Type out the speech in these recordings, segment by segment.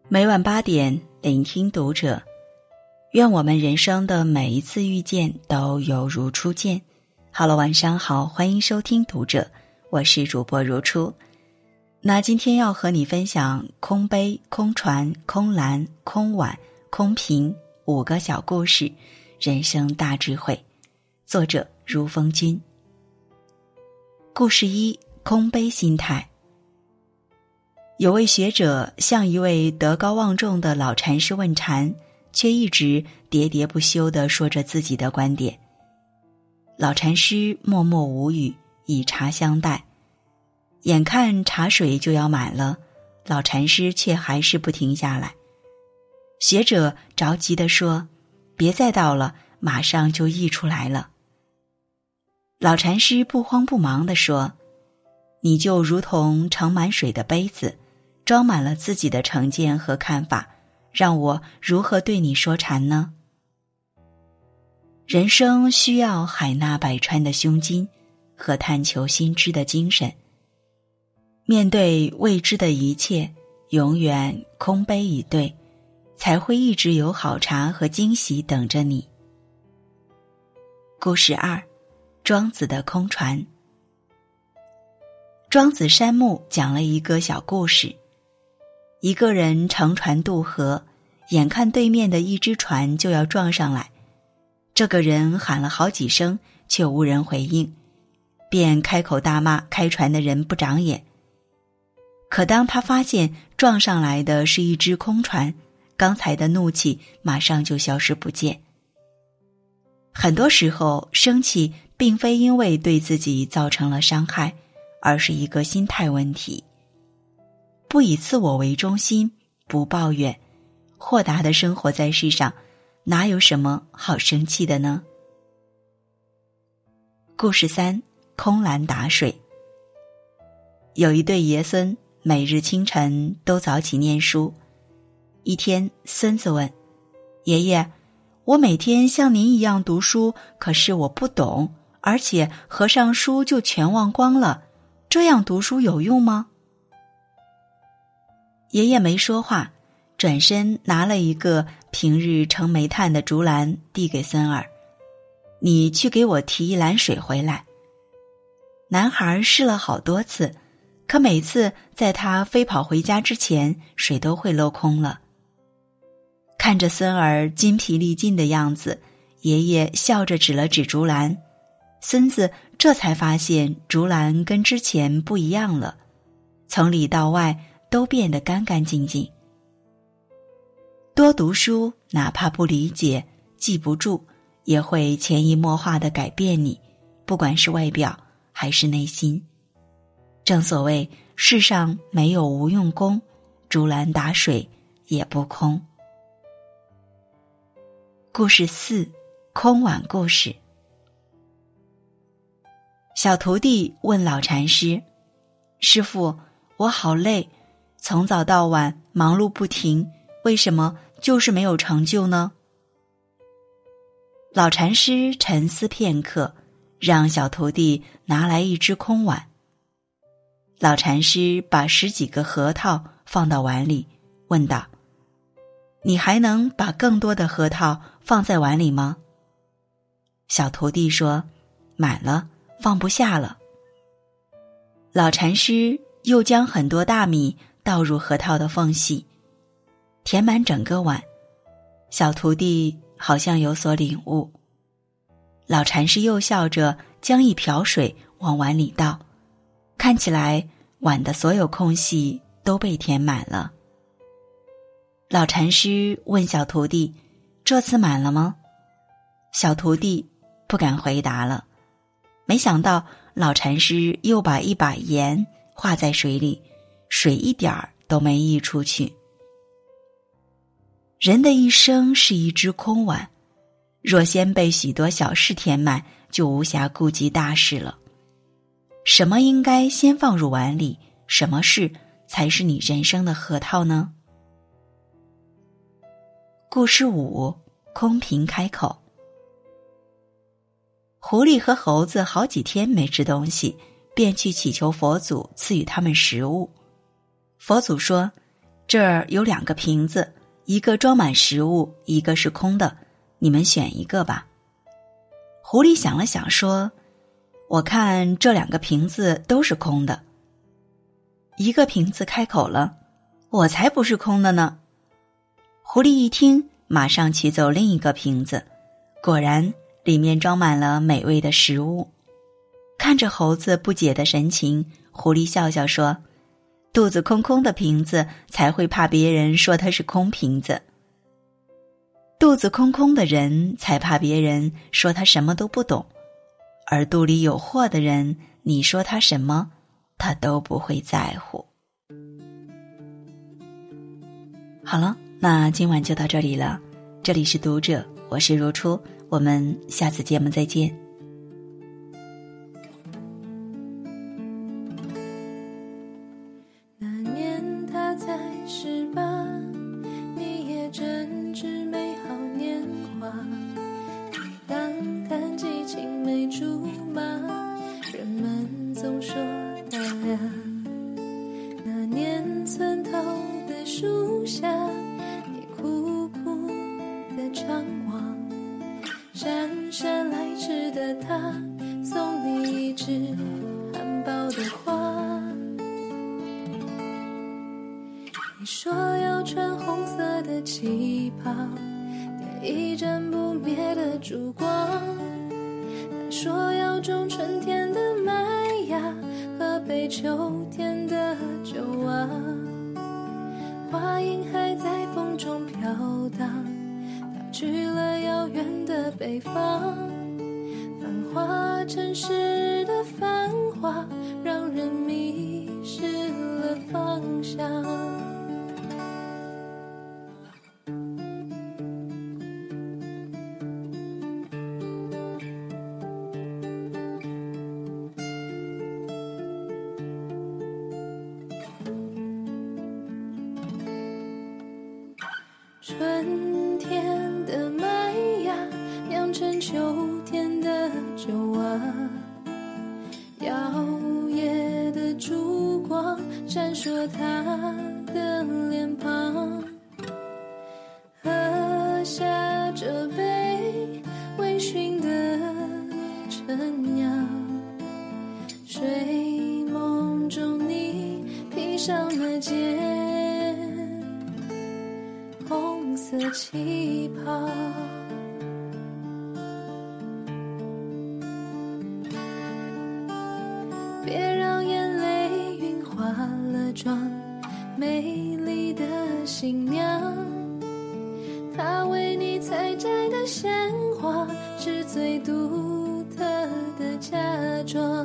每晚8点，聆听读者。愿我们人生的每一次遇见都犹如初见。好了，晚上好，欢迎收听读者，我是主播如初。那今天要和你分享空杯、空船、空篮、空碗、空瓶5个小故事，人生大智慧。作者如风君。故事1：空杯心态。有位学者向一位德高望重的老禅师问禅，却一直喋喋不休地说着自己的观点。老禅师默默无语，以茶相待。眼看茶水就要满了，老禅师却还是不停下来。学者着急地说：“别再倒了，马上就溢出来了。”老禅师不慌不忙地说：“你就如同盛满水的杯子，装满了自己的成见和看法，让我如何对你说禅呢？”人生需要海纳百川的胸襟和探求新知的精神。面对未知的一切，永远空杯以对，才会一直有好茶和惊喜等着你。故事2：庄子的空船。庄子山木讲了一个小故事。一个人乘船渡河，眼看对面的一只船就要撞上来，这个人喊了好几声，却无人回应，便开口大骂开船的人不长眼。可当他发现撞上来的是一只空船，刚才的怒气马上就消失不见。很多时候，生气并非因为对自己造成了伤害，而是一个心态问题。不以自我为中心，不抱怨，豁达地生活在世上，哪有什么好生气的呢？故事3：空篮打水。有一对爷孙，每日清晨都早起念书。一天，孙子问：“爷爷，我每天像您一样读书，可是我不懂，而且合上书就全忘光了，这样读书有用吗？”爷爷没说话，转身拿了一个平日盛煤炭的竹篮递给孙儿：“你去给我提一篮水回来。”男孩试了好多次，可每次在他飞跑回家之前，水都会漏空了。看着孙儿筋疲力尽的样子，爷爷笑着指了指竹篮，孙子这才发现竹篮跟之前不一样了，从里到外都变得干干净净。多读书，哪怕不理解、记不住，也会潜移默化地改变你，不管是外表还是内心。正所谓世上没有无用功，竹篮打水也不空。故事4：空碗故事。小徒弟问老禅师：“师父，我好累，从早到晚忙碌不停，为什么就是没有成就呢？”老禅师沉思片刻，让小徒弟拿来一只空碗。老禅师把10几个核桃放到碗里，问道：“你还能把更多的核桃放在碗里吗？”小徒弟说：“满了，放不下了。”老禅师又将很多大米倒入核桃的缝隙，填满整个碗。小徒弟好像有所领悟。老禅师又笑着将一瓢水往碗里倒，看起来碗的所有空隙都被填满了。老禅师问小徒弟：“这次满了吗？”小徒弟不敢回答了。没想到老禅师又把一把盐化在水里，水一点儿都没溢出去。人的一生是一只空碗，若先被许多小事填满，就无暇顾及大事了。什么应该先放入碗里，什么事才是你人生的核桃呢？故事5：空瓶开口。狐狸和猴子好几天没吃东西，便去祈求佛祖赐予他们食物。佛祖说：“ 这儿有2个瓶子，一个装满食物，一个是空的，你们选一个吧。狐狸想了想说，我看这2个瓶子都是空的。一个瓶子开口了，我才不是空的呢。狐狸一听，马上取走另一个瓶子，果然里面装满了美味的食物。看着猴子不解的神情，狐狸笑笑说，肚子空空的瓶子才会怕别人说它是空瓶子，肚子空空的人才怕别人说他什么都不懂，而肚里有货的人，你说他什么，他都不会在乎。好了，那今晚就到这里了。这里是读者，我是如初，我们下次节目再见。 那年他才18，你也正值美好年华。当谈及青梅竹马，人们总说他呀。那年村头的树下，你苦苦的张望，姗姗来迟的他送你一枝含苞的花。你说要穿红色的旗袍，点一盏不灭的烛光。他说要种春天的麦芽，喝杯秋天的酒啊。话音还在风中飘荡，他去了遥远的北方。繁华城市的繁华，让人迷失了方向。春天的麦芽酿成秋天的酒啊，摇曳的烛光闪烁他的脸庞。喝下这杯微醺的陈酿，睡梦中你披上了件红色旗袍。别让眼泪晕花了妆，美丽的新娘。她为你采摘的鲜花，是最独特的嫁妆。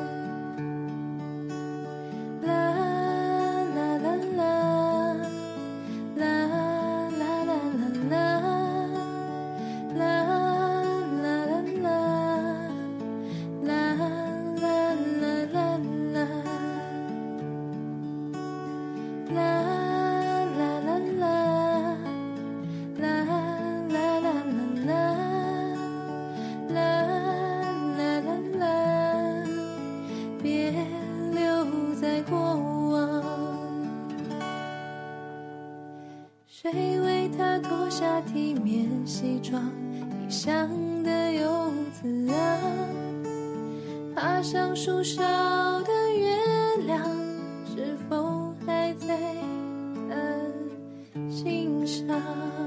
谁为他脱下体面西装，异乡的游子啊，爬上树梢的月亮，是否还在心上？